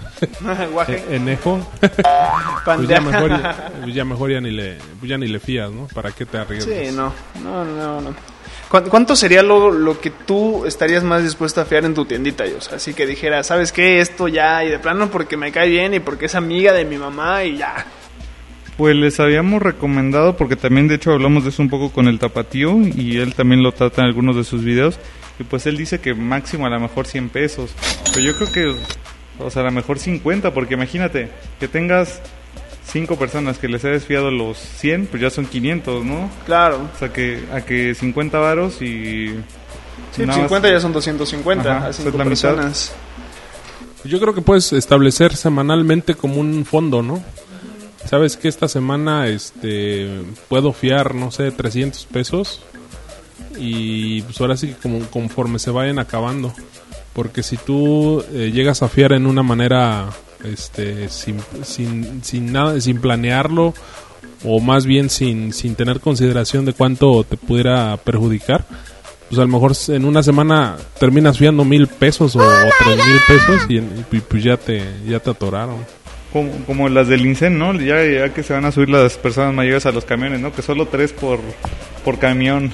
enejo, pues ya mejor ya, ya mejor ya ni le ya ni le fías, ¿no? ¿Para qué te arriesgas? Sí, no, no, no, no. ¿Cuánto sería lo, lo que tú estarías más dispuesto a fiar en tu tiendita, yo? O sea, así que dijera, ¿sabes qué? Esto ya, y de plano porque me cae bien y porque es amiga de mi mamá y ya. Pues les habíamos recomendado, porque también de hecho hablamos de eso un poco con el Tapatío y él también lo trata en algunos de sus videos. Y pues él dice que máximo a lo mejor cien pesos. Pero yo creo que, o sea, a lo mejor cincuenta, porque imagínate que tengas cinco personas que les hayas fiado los cien, pues ya son quinientos, ¿no? Claro. O sea, que a que cincuenta varos y... Sí, cincuenta ya son doscientos cincuenta. Ajá, a cinco personas. Yo creo que puedes establecer semanalmente como un fondo, ¿no? Sabes que esta semana este puedo fiar, no sé, trescientos pesos. y pues ahora sí que como conforme se vayan acabando, porque si tú eh, llegas a fiar en una manera este sin sin sin nada, sin planearlo, o más bien sin sin tener consideración de cuánto te pudiera perjudicar, pues a lo mejor en una semana terminas fiando mil pesos o, oh o tres mil pesos y, y pues ya te ya te atoraron. Como, como las del INSEN, ¿no? Ya, ya que se van a subir las personas mayores a los camiones, ¿no? Que solo tres por, por camión.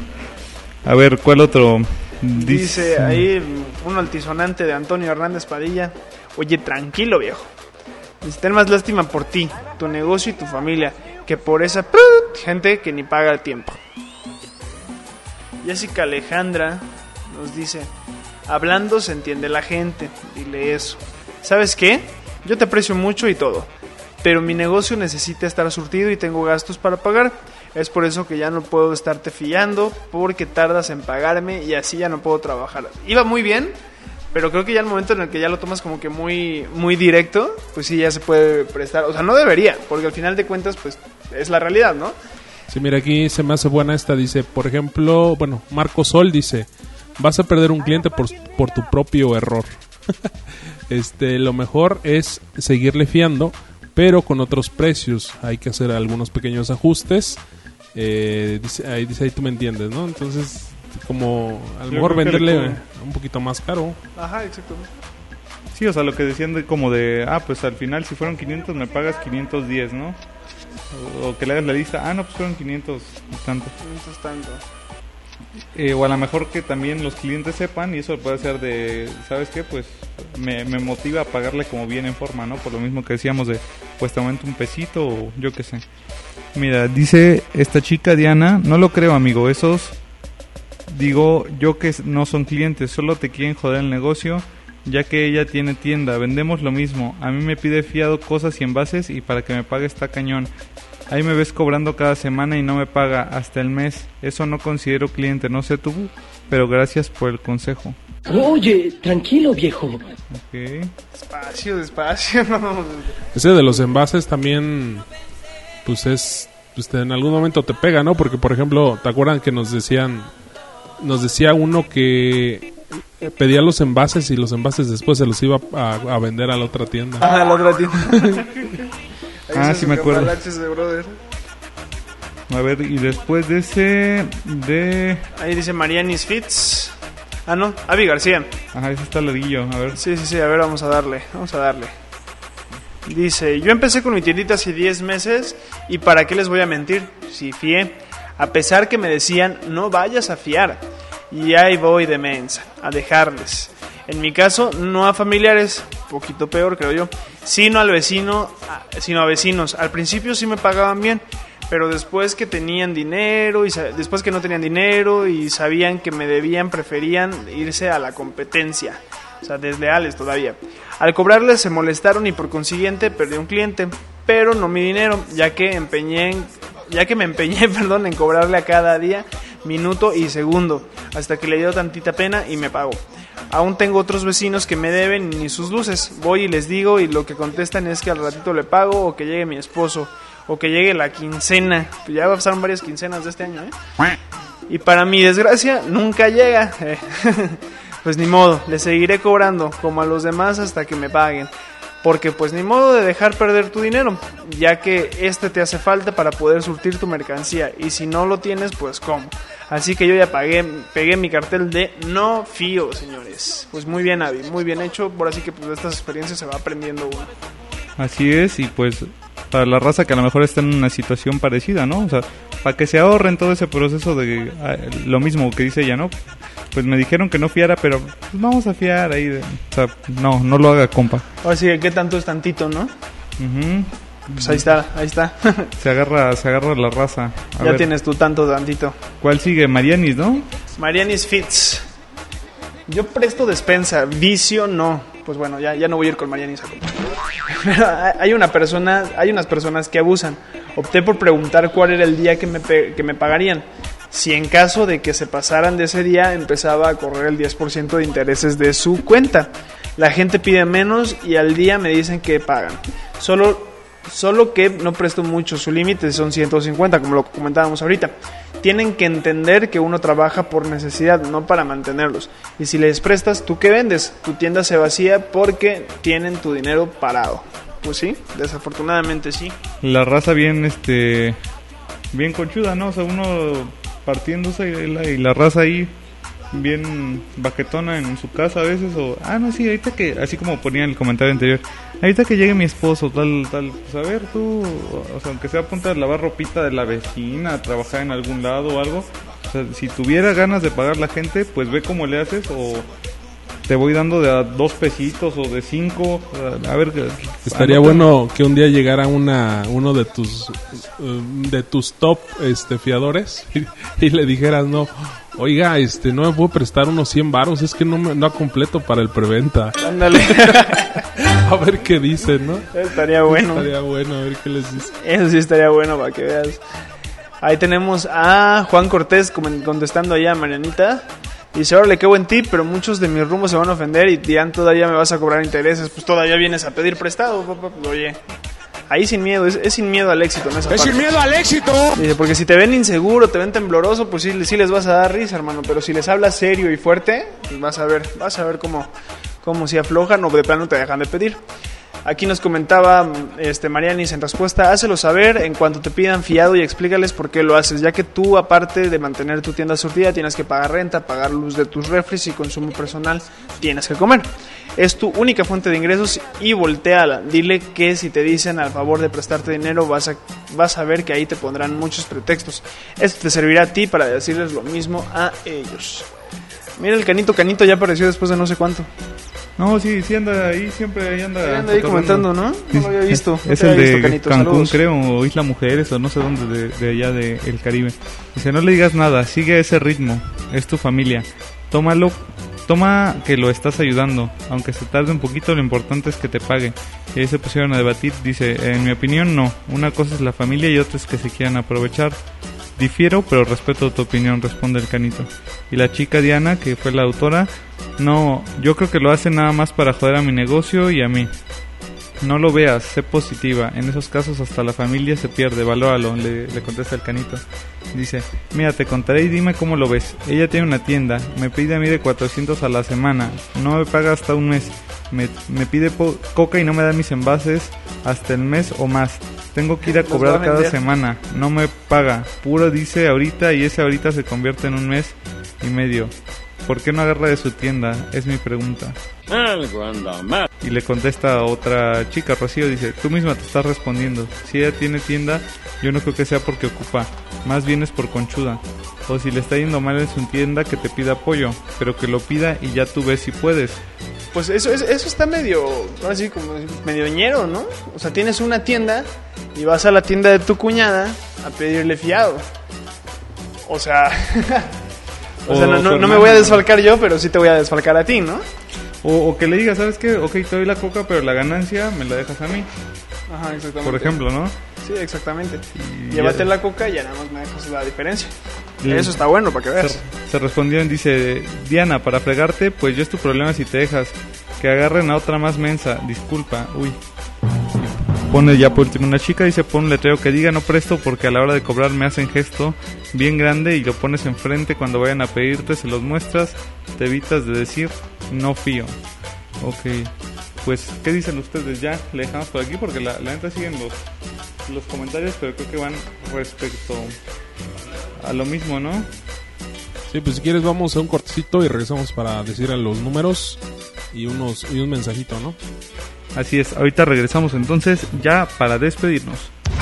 A ver, ¿cuál otro? Dice, Dice ahí un altisonante de Antonio Hernández Padilla. Oye, tranquilo, viejo. Dice, ten más lástima por ti, tu negocio y tu familia, que por esa ¡prut! Gente que ni paga el tiempo. Jessica Alejandra nos dice, hablando se entiende la gente. Dile eso. ¿Sabes qué? Yo te aprecio mucho y todo, pero mi negocio necesita estar surtido y tengo gastos para pagar. Es por eso que ya no puedo estarte fiando, porque tardas en pagarme y así ya no puedo trabajar. Iba muy bien, pero creo que ya el momento en el que ya lo tomas como que muy muy directo, pues sí, ya se puede prestar. O sea, no debería, porque al final de cuentas, pues es la realidad, ¿no? Sí, mira, aquí se me hace buena esta. Dice, por ejemplo, bueno, Marco Sol dice, vas a perder un cliente por, por tu propio error. Este, lo mejor es seguirle fiando, pero con otros precios. Hay que hacer algunos pequeños ajustes. Eh, dice, ahí dice, ahí tú me entiendes, ¿no? Entonces, como a lo Yo mejor venderle como... un poquito más caro. Ajá, exacto. Sí, o sea, lo que decían de como de, ah, pues al final si fueron quinientos me pagas quinientos diez, ¿no? O, o que le hagas la lista, ah, no, pues fueron quinientos y tanto. quinientos tanto. Eh, o a lo mejor que también los clientes sepan, y eso puede ser de, ¿sabes qué? Pues me, me motiva a pagarle como bien en forma, ¿no? Por lo mismo que decíamos de, pues te aumento un pesito o yo qué sé. Mira, dice esta chica Diana, no lo creo, amigo, esos, digo yo que no son clientes, solo te quieren joder el negocio, ya que ella tiene tienda, vendemos lo mismo, a mí me pide fiado cosas y envases y para que me pague está cañón. Ahí me ves cobrando cada semana y no me paga hasta el mes. Eso no considero cliente, no sé tú, pero gracias por el consejo. Oye, tranquilo, viejo. Ok. Despacio, despacio. Ese de los envases también, pues es, pues en algún momento te pega, ¿no? Porque, por ejemplo, ¿te acuerdan que nos decían, nos decía uno que pedía los envases y los envases después se los iba a, a vender a la otra tienda? Ah, a la otra tienda. Ah, sí me acuerdo. De a ver, y después de ese, de... Ahí dice Marianis Fitz. Ah, no, Avi García. Ajá, ese está larguillo, a ver. Sí, sí, sí, a ver, vamos a darle, vamos a darle. Dice, yo empecé con mi tiendita hace diez meses y ¿para qué les voy a mentir? Sí, fié. A pesar que me decían, no vayas a fiar. Y ahí voy de mensa, a dejarles. En mi caso, no a familiares, poquito peor creo yo, sino al vecino, sino a vecinos. Al principio sí me pagaban bien, pero después que tenían dinero y después que no tenían dinero y sabían que me debían, preferían irse a la competencia. O sea, desleales todavía. Al cobrarles se molestaron y por consiguiente perdí un cliente, pero no mi dinero, ya que empeñé en, ya que me empeñé, perdón, en cobrarle a cada día, minuto y segundo, hasta que le dio tantita pena y me pagó. Aún tengo otros vecinos que me deben ni sus luces. Voy y les digo y lo que contestan es que al ratito le pago o que llegue mi esposo o que llegue la quincena. Pues ya pasaron varias quincenas de este año, ¿eh? Y para mi desgracia nunca llega. Pues ni modo, le seguiré cobrando como a los demás hasta que me paguen. Porque pues ni modo de dejar perder tu dinero, ya que este te hace falta para poder surtir tu mercancía. Y si no lo tienes, pues ¿cómo? Así que yo ya pagué, pegué mi cartel de no fío, señores. Pues muy bien, Avi, muy bien hecho. Por así que pues de estas experiencias se va aprendiendo uno. Así es, y pues para la raza que a lo mejor está en una situación parecida, ¿no? O sea, para que se ahorren todo ese proceso de ah, lo mismo que dice ella, ¿no? Pues me dijeron que no fiara, pero pues vamos a fiar ahí. De, o sea, no, no lo haga, compa. Ahora sí, ¿qué tanto es tantito, no? Uh-huh. Pues ahí está, ahí está. Se agarra, se agarra la raza. A ya ver, tienes tú tanto, tantito. ¿cuál sigue? Marianis, ¿no? Marianis Fitz. Yo presto despensa, vicio no. Pues bueno, ya, ya no voy a ir con Marianis a comprar. Pero hay una persona, hay unas personas que abusan. Opté por preguntar cuál era el día que me, que me pagarían. Si en caso de que se pasaran de ese día, empezaba a correr el diez por ciento de intereses de su cuenta. La gente pide menos y al día me dicen que pagan. Solo, Solo que no presto mucho, su límite son ciento cincuenta, como lo comentábamos ahorita. Tienen que entender que uno trabaja por necesidad, no para mantenerlos. Y si les prestas, ¿tú qué vendes? Tu tienda se vacía porque tienen tu dinero parado. Pues sí, desafortunadamente sí. La raza bien, este, bien conchuda, ¿no? O sea, uno partiéndose y la, y la raza ahí bien baquetona en su casa a veces, o, ah, no, sí, ahorita que, así como ponía en el comentario anterior, ahorita que llegue mi esposo, tal, tal, pues a ver, tú, o sea, aunque sea ponte a lavar ropita de la vecina, a trabajar en algún lado o algo, o sea, si tuviera ganas de pagar la gente, pues ve cómo le haces, o te voy dando de a dos pesitos o de cinco, a ver. Estaría anota. Bueno que un día llegara una uno de tus de tus top este fiadores y, y le dijeras, no, oiga, este no me puedo prestar unos cien varos, es que no me, no completo para el preventa. Ándale. A ver qué dicen, ¿no? Estaría bueno. Estaría bueno, a ver qué les dice. Eso sí estaría bueno para que veas. Ahí tenemos a Juan Cortés contestando allá a Marianita. Dice, órale, qué buen tip, pero muchos de mis rumos se van a ofender y dirán, todavía me vas a cobrar intereses. Pues todavía vienes a pedir prestado, papá. Pues, oye, ahí sin miedo, es, es sin miedo al éxito, ¿no? Esa ¡Es parte. sin miedo al éxito! Dice, porque si te ven inseguro, te ven tembloroso, pues sí, sí les vas a dar risa, hermano. Pero si les hablas serio y fuerte, pues vas a ver, vas a ver cómo, cómo si aflojan o de plano te dejan de pedir. Aquí nos comentaba este Marianis en respuesta, hácelo saber en cuanto te pidan fiado y explícales por qué lo haces, ya que tú, aparte de mantener tu tienda surtida, tienes que pagar renta, pagar luz de tus refris y consumo personal, tienes que comer. Es tu única fuente de ingresos y volteala. Dile que si te dicen al favor de prestarte dinero, vas a, vas a ver que ahí te pondrán muchos pretextos. Esto te servirá a ti para decirles lo mismo a ellos. Mira, el Canito Canito ya apareció después de no sé cuánto. No, sí, sí anda ahí, siempre ahí anda. Sí, anda ahí comentando, ¿no? No lo había visto. Es, es no el de visto, Canito. Cancún, Saludos. creo, o Isla Mujeres, o no sé dónde, de, de allá del Caribe. Dice, no le digas nada, sigue ese ritmo, es tu familia. Tómalo, toma que lo estás ayudando, aunque se tarde un poquito, lo importante es que te pague. Y ahí se pusieron a debatir, dice, en mi opinión no, una cosa es la familia y otra es que se quieran aprovechar. Difiero, pero respeto tu opinión, responde el Canito. Y la chica Diana, que fue la autora, no, yo creo que lo hace nada más para joder a mi negocio y a mí. No lo veas, sé positiva. En esos casos hasta la familia se pierde, valóralo, le, le contesta el Canito. Dice, mira, te contaré y dime cómo lo ves. Ella tiene una tienda, me pide a mí de cuatrocientos a la semana, no me paga hasta un mes. Me, me pide po- coca y no me da mis envases hasta el mes o más. Tengo que ir a cobrar cada semana, no me paga. Puro dice ahorita y ese ahorita se convierte en un mes y medio. ¿Por qué no agarra de su tienda? Es mi pregunta. Y le contesta a otra chica, Rocío, dice, tú misma te estás respondiendo. Si ella tiene tienda, yo no creo que sea porque ocupa, más bien es por conchuda. O si le está yendo mal en su tienda, que te pida apoyo, pero que lo pida y ya tú ves si puedes. Pues eso, eso, eso está medio, así como medio ñero, ¿no? O sea, tienes una tienda y vas a la tienda de tu cuñada a pedirle fiado. O sea, o, o sea, no, no, no me voy a desfalcar yo, pero sí te voy a desfalcar a ti, ¿no? O, o que le digas, ¿sabes qué? Ok, te doy la coca, pero la ganancia me la dejas a mí. Ajá, exactamente. Por ejemplo, ¿no? Sí, exactamente. Y llévate ya la coca y ya nada más me dejas la diferencia. Y eso está bueno para que veas. Se, se respondió y dice, Diana, para fregarte, pues yo es tu problema si te dejas. Que agarren a otra más mensa, disculpa, uy. Pone ya por último una chica, dice, pon un letrero que diga no presto porque a la hora de cobrar me hacen gesto bien grande y lo pones enfrente cuando vayan a pedirte, se los muestras, te evitas de decir no fío. Ok, pues, ¿qué dicen ustedes? Ya le dejamos por aquí porque la, la neta siguen los, los comentarios, pero creo que van respecto a lo mismo, ¿no? Sí, pues si quieres vamos a un cortecito y regresamos para decir a los números y unos y un mensajito, ¿no? Así es, ahorita regresamos entonces ya para despedirnos.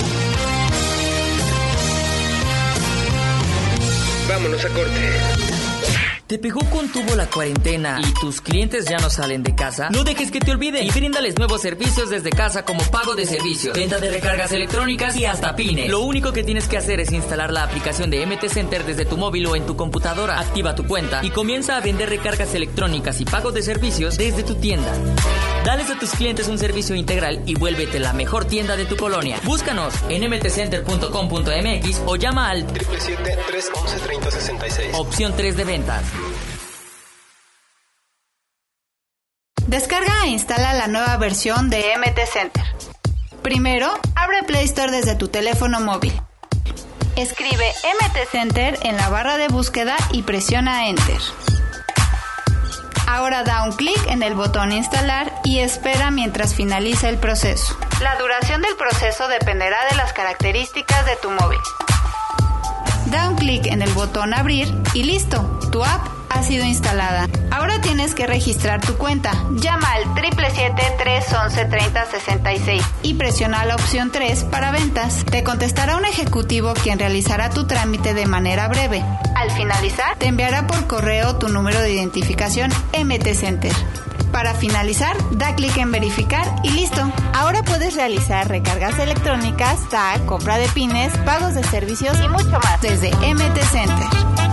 Vámonos a corte. ¿Te pegó con tubo la cuarentena y tus clientes ya no salen de casa? No dejes que te olviden y bríndales nuevos servicios desde casa como pago de servicios, venta de recargas electrónicas y hasta pines. Lo único que tienes que hacer es instalar la aplicación de M T Center desde tu móvil o en tu computadora. Activa tu cuenta y comienza a vender recargas electrónicas y pago de servicios desde tu tienda. Dales a tus clientes un servicio integral y vuélvete la mejor tienda de tu colonia. Búscanos en m t center punto com punto m x o llama al siete siete siete, tres once, treinta sesenta y seis. Opción tres de ventas. Descarga e instala la nueva versión de M T Center. Primero, abre Play Store desde tu teléfono móvil. Escribe M T Center en la barra de búsqueda y presiona Enter. Ahora da un clic en el botón Instalar y espera mientras finaliza el proceso. La duración del proceso dependerá de las características de tu móvil. Da un clic en el botón Abrir y listo, tu app ha sido instalada. Ahora tienes que registrar tu cuenta. Llama al siete siete siete, tres once, treinta, sesenta y seis y presiona la opción tres para ventas. Te contestará un ejecutivo quien realizará tu trámite de manera breve. Al finalizar, te enviará por correo tu número de identificación M T Center. Para finalizar, da clic en verificar y listo. Ahora puedes realizar recargas electrónicas, tag, compra de pines, pagos de servicios y mucho más desde M T Center.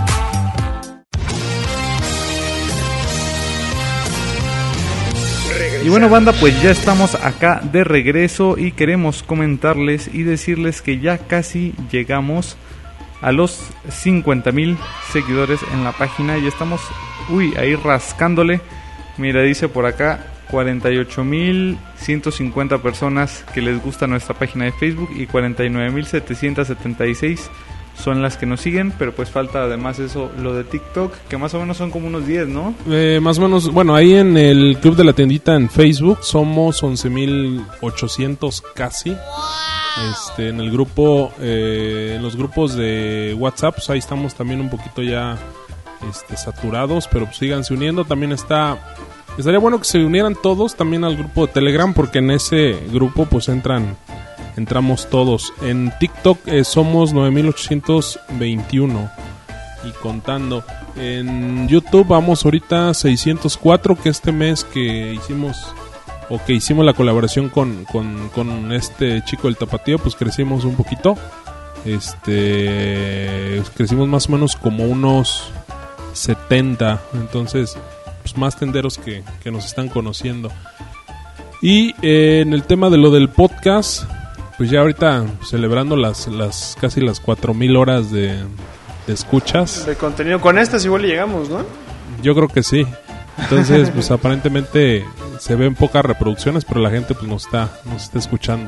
Y bueno, banda, pues ya estamos acá de regreso y queremos comentarles y decirles que ya casi llegamos a los cincuenta mil seguidores en la página. Ya estamos, uy, ahí rascándole. Mira, dice por acá cuarenta y ocho mil ciento cincuenta personas que les gusta nuestra página de Facebook y cuarenta y nueve mil setecientos setenta y seis son las que nos siguen, pero pues falta además eso, lo de TikTok, que más o menos son como unos diez, ¿no? Eh, más o menos, bueno, ahí en el Club de la Tiendita en Facebook somos once mil ochocientos casi. Este, en el grupo, eh, en los grupos de WhatsApp, pues ahí estamos también un poquito ya este, saturados, pero pues síganse uniendo. También está, estaría bueno que se unieran todos también al grupo de Telegram, porque en ese grupo pues entran entramos todos. En TikTok eh, somos nueve mil ochocientos veintiuno y contando. En YouTube vamos ahorita a seiscientos cuatro, que este mes que hicimos o que hicimos la colaboración con, con, con este chico del Tapatío, pues crecimos un poquito. Este crecimos más o menos como unos setenta, entonces pues más tenderos que, que nos están conociendo. Y eh, en el tema de lo del podcast, pues ya ahorita celebrando las las casi las cuatro mil horas de, de escuchas. De contenido. Con estas igual llegamos, ¿no? Yo creo que sí. Entonces, pues aparentemente se ven pocas reproducciones, pero la gente pues nos está, nos está escuchando.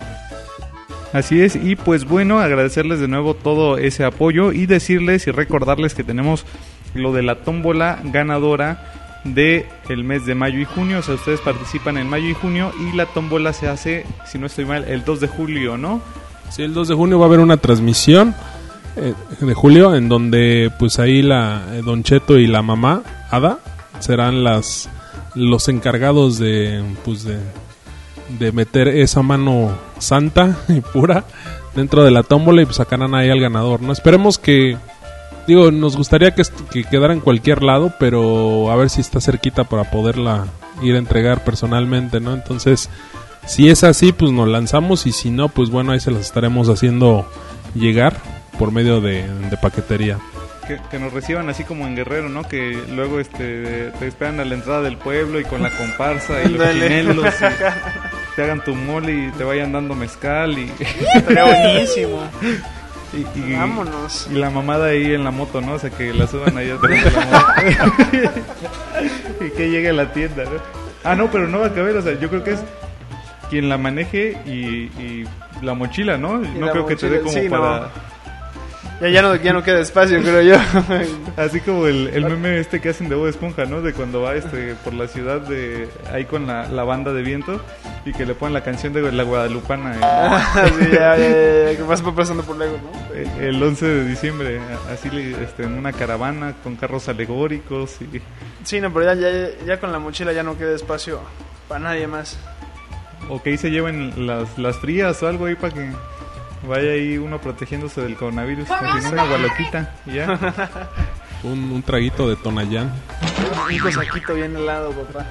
Así es, y pues bueno, agradecerles de nuevo todo ese apoyo y decirles y recordarles que tenemos lo de la tómbola ganadora de el mes de mayo y junio. O sea, ustedes participan en mayo y junio y la tómbola se hace, si no estoy mal, el dos de julio, ¿no? Sí, el dos de junio va a haber una transmisión eh, de julio en donde pues ahí la eh, Don Cheto y la mamá Ada serán las los encargados de pues de de meter esa mano santa y pura dentro de la tómbola y pues sacarán ahí al ganador, ¿no? Esperemos que, digo, nos gustaría que, que quedara en cualquier lado, pero a ver si está cerquita para poderla ir a entregar personalmente, ¿no? Entonces, si es así, pues nos lanzamos, y si no, pues bueno, ahí se las estaremos haciendo llegar por medio de, de paquetería. Que, que nos reciban así como en Guerrero, ¿no? Que luego este te esperan a la entrada del pueblo y con la comparsa y los chinelos y te hagan tu mole y te vayan dando mezcal y... Estaría buenísimo. Y, y, vámonos. Y la mamada ahí en la moto, ¿no? O sea, que la suban ahí atrás de la moto. Y que llegue a la tienda, ¿no? Ah, no, pero no va a caber, o sea, yo creo que es quien la maneje y, y la mochila, ¿no? Y no creo mochila, que te dé como sí, para... No. Ya, ya, no, ya no queda espacio, creo yo. Así como el, el meme este que hacen de Bob Esponja, ¿no? De cuando va este por la ciudad de ahí con la, la banda de viento y que le ponen la canción de la Guadalupana. Ah, sí, ya, ya, ya, ya, que vas pasando por Lego, ¿no? El once de diciembre, así este, en una caravana con carros alegóricos. Y... Sí, no, pero ya, ya, ya con la mochila ya no queda espacio para nadie más. O que ahí se lleven las, las frías o algo ahí para que... vaya ahí uno protegiéndose del coronavirus, con una gualoquita y ya. un, un traguito de Tonayán. Un cosaquito bien helado, papá.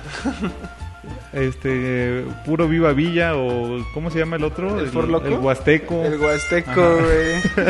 Este, puro Viva Villa o ¿cómo se llama el otro? ¿El, el, el Huasteco. El Huasteco, güey.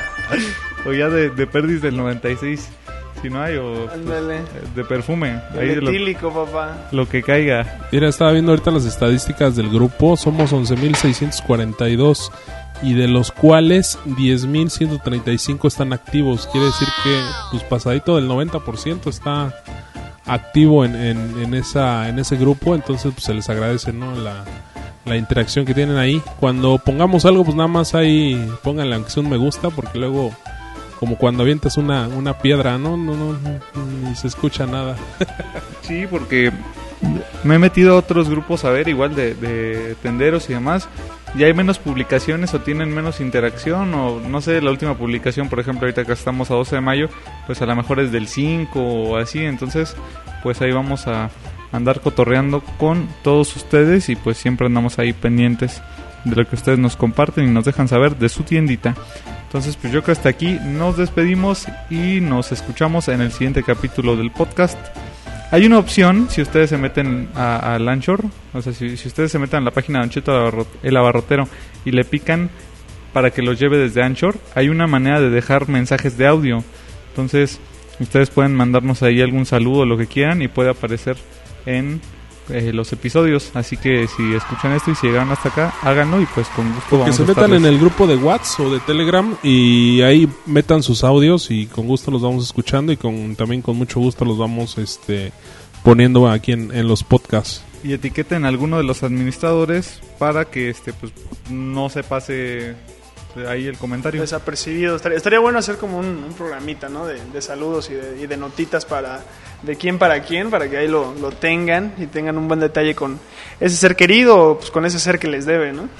O ya de, de Perdis del noventa y seis. Si no hay, o pues, de perfume. El etílico, lo, papá. Lo que caiga. Mira, estaba viendo ahorita las estadísticas del grupo. Somos once mil seiscientos cuarenta y dos. Y de los cuales diez mil ciento treinta y cinco están activos. Quiere decir que pues pasadito del noventa por ciento está activo en, en, en, esa, en ese grupo. Entonces pues, se les agradece, ¿no? la, la interacción que tienen ahí. Cuando pongamos algo, pues nada más ahí pónganle aunque sea un me gusta, porque luego, como cuando avientas una, una piedra, ¿no? No, no, no, ni se escucha nada. Sí, porque me he metido a otros grupos a ver, igual de, de tenderos y demás, y hay menos publicaciones o tienen menos interacción, o no sé, la última publicación, por ejemplo, ahorita que estamos a doce de mayo, pues a lo mejor es del cinco o así, entonces pues ahí vamos a andar cotorreando con todos ustedes y pues siempre andamos ahí pendientes de lo que ustedes nos comparten y nos dejan saber de su tiendita. Entonces pues yo creo que hasta aquí nos despedimos y nos escuchamos en el siguiente capítulo del podcast. Hay una opción, si ustedes se meten a, a Anchor, o sea, si, si ustedes se meten a la página de Don Cheto el Abarrotero y le pican para que los lleve desde Anchor, hay una manera de dejar mensajes de audio. Entonces, ustedes pueden mandarnos ahí algún saludo o lo que quieran y puede aparecer en eh, los episodios. Así que si escuchan esto y si llegaron hasta acá, háganlo y pues con gusto vamos a estarles. Que se metan en el grupo de WhatsApp o de Telegram y ahí metan sus audios y con gusto los vamos escuchando y con también con mucho gusto los vamos este poniendo aquí en, en los podcasts. Y etiqueten a alguno de los administradores para que este pues no se pase ahí el comentario desapercibido. Estaría, estaría bueno hacer como un, un programita, ¿no? De, de saludos y de, y de notitas para de quién para quién, para que ahí lo, lo tengan y tengan un buen detalle con ese ser querido o pues con ese ser que les debe, ¿no?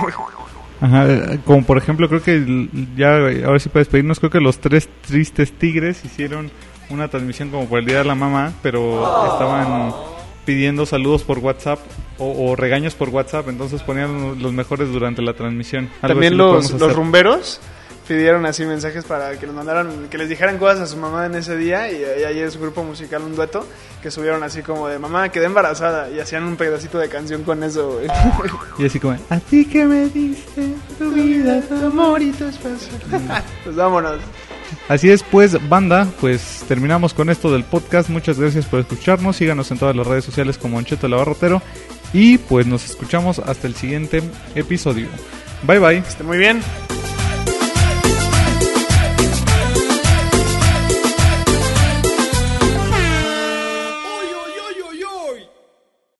Ajá, como por ejemplo creo que ya ahora sí para despedirnos, creo que los tres tristes tigres hicieron una transmisión como por el día de la mamá, pero estaban pidiendo saludos por WhatsApp o, o regaños por WhatsApp, entonces ponían los mejores durante la transmisión. También los, los rumberos pidieron así mensajes para que nos mandaran, que les dijeran cosas a su mamá en ese día, y ahí es su grupo musical, un dueto, que subieron así como de mamá, quedé embarazada, y hacían un pedacito de canción con eso, güey. Y así como, a ti que me diste tu vida, tu amor y tu espacio. Pues vámonos. Así es, pues, banda, pues terminamos con esto del podcast. Muchas gracias por escucharnos. Síganos en todas las redes sociales como Don Cheto el Abarrotero. Y pues nos escuchamos hasta el siguiente episodio. Bye bye. Que esté muy bien.